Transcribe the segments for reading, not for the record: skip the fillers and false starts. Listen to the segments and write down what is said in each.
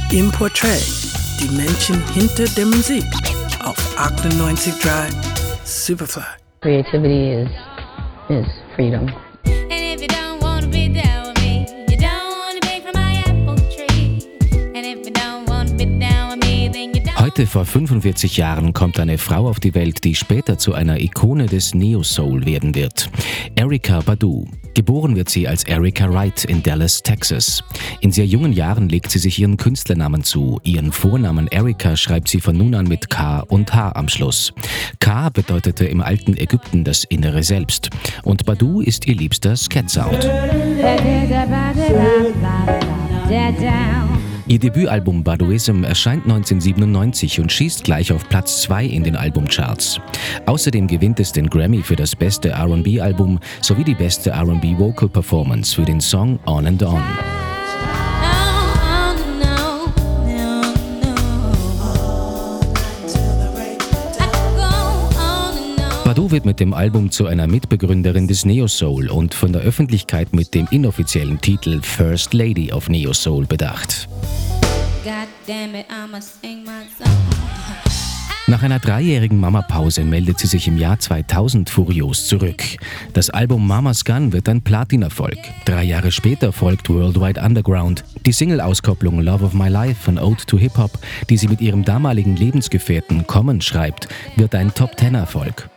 im Portrait, die Menschen hinter der Musik auf 98.3 Superfly. Creativity is freedom. Heute vor 45 Jahren kommt eine Frau auf die Welt, die später zu einer Ikone des Neo-Soul werden wird. Erykah Badu. Geboren wird sie als Erica Wright in Dallas, Texas. In sehr jungen Jahren legt sie sich ihren Künstlernamen zu. Ihren Vornamen Erykah schreibt sie von nun an mit K und H am Schluss. K bedeutete im alten Ägypten das innere Selbst. Und Badu ist ihr liebster Scat-Sound. Ihr Debütalbum Baduism erscheint 1997 und schießt gleich auf Platz 2 in den Albumcharts. Außerdem gewinnt es den Grammy für das beste R&B-Album sowie die beste R&B Vocal Performance für den Song On and On. Badu wird mit dem Album zu einer Mitbegründerin des Neo-Soul und von der Öffentlichkeit mit dem inoffiziellen Titel First Lady of Neo-Soul bedacht. Nach einer 3-jährigen Mama-Pause meldet sie sich im Jahr 2000 furios zurück. Das Album Mama's Gun wird ein Platinaerfolg. 3 Jahre später folgt Worldwide Underground. Die Single-Auskopplung Love of My Life von Ode to Hip-Hop, die sie mit ihrem damaligen Lebensgefährten Common schreibt, wird ein Top-10-Erfolg.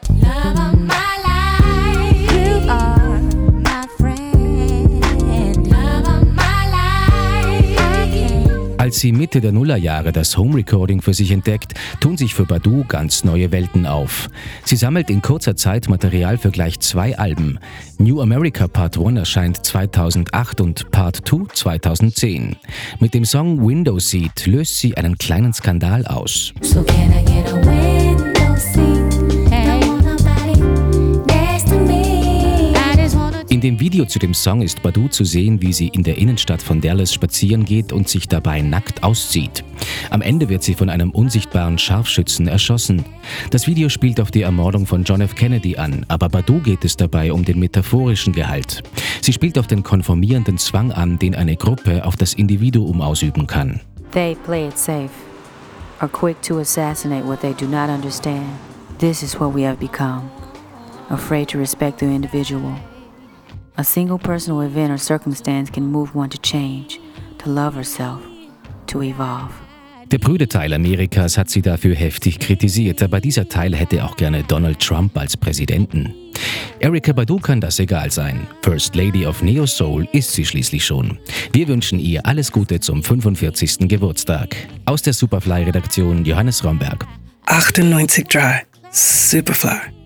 Als sie Mitte der Nullerjahre das Home-Recording für sich entdeckt, tun sich für Badu ganz neue Welten auf. Sie sammelt in kurzer Zeit Material für gleich 2 Alben. New America Part 1 erscheint 2008 und Part 2 2010. Mit dem Song Window Seat löst sie einen kleinen Skandal aus. So can I get a window seat? Hey. In dem Video zu dem Song ist Badu zu sehen, wie sie in der Innenstadt von Dallas spazieren geht und sich dabei nackt auszieht. Am Ende wird sie von einem unsichtbaren Scharfschützen erschossen. Das Video spielt auf die Ermordung von John F. Kennedy an, aber Badu geht es dabei um den metaphorischen Gehalt. Sie spielt auf den konformierenden Zwang an, den eine Gruppe auf das Individuum ausüben kann. They play it safe, are quick to assassinate what they do not understand. This is what we have become, afraid to respect the individual. A single personal event or circumstance can move one to change, to love herself, to evolve. Der prüde Teil Amerikas hat sie dafür heftig kritisiert, aber dieser Teil hätte auch gerne Donald Trump als Präsidenten. Erykah Badu kann das egal sein. First Lady of Neo-Soul ist sie schließlich schon. Wir wünschen ihr alles Gute zum 45. Geburtstag. Aus der Superfly-Redaktion Johannes Romberg. 98.3 Superfly.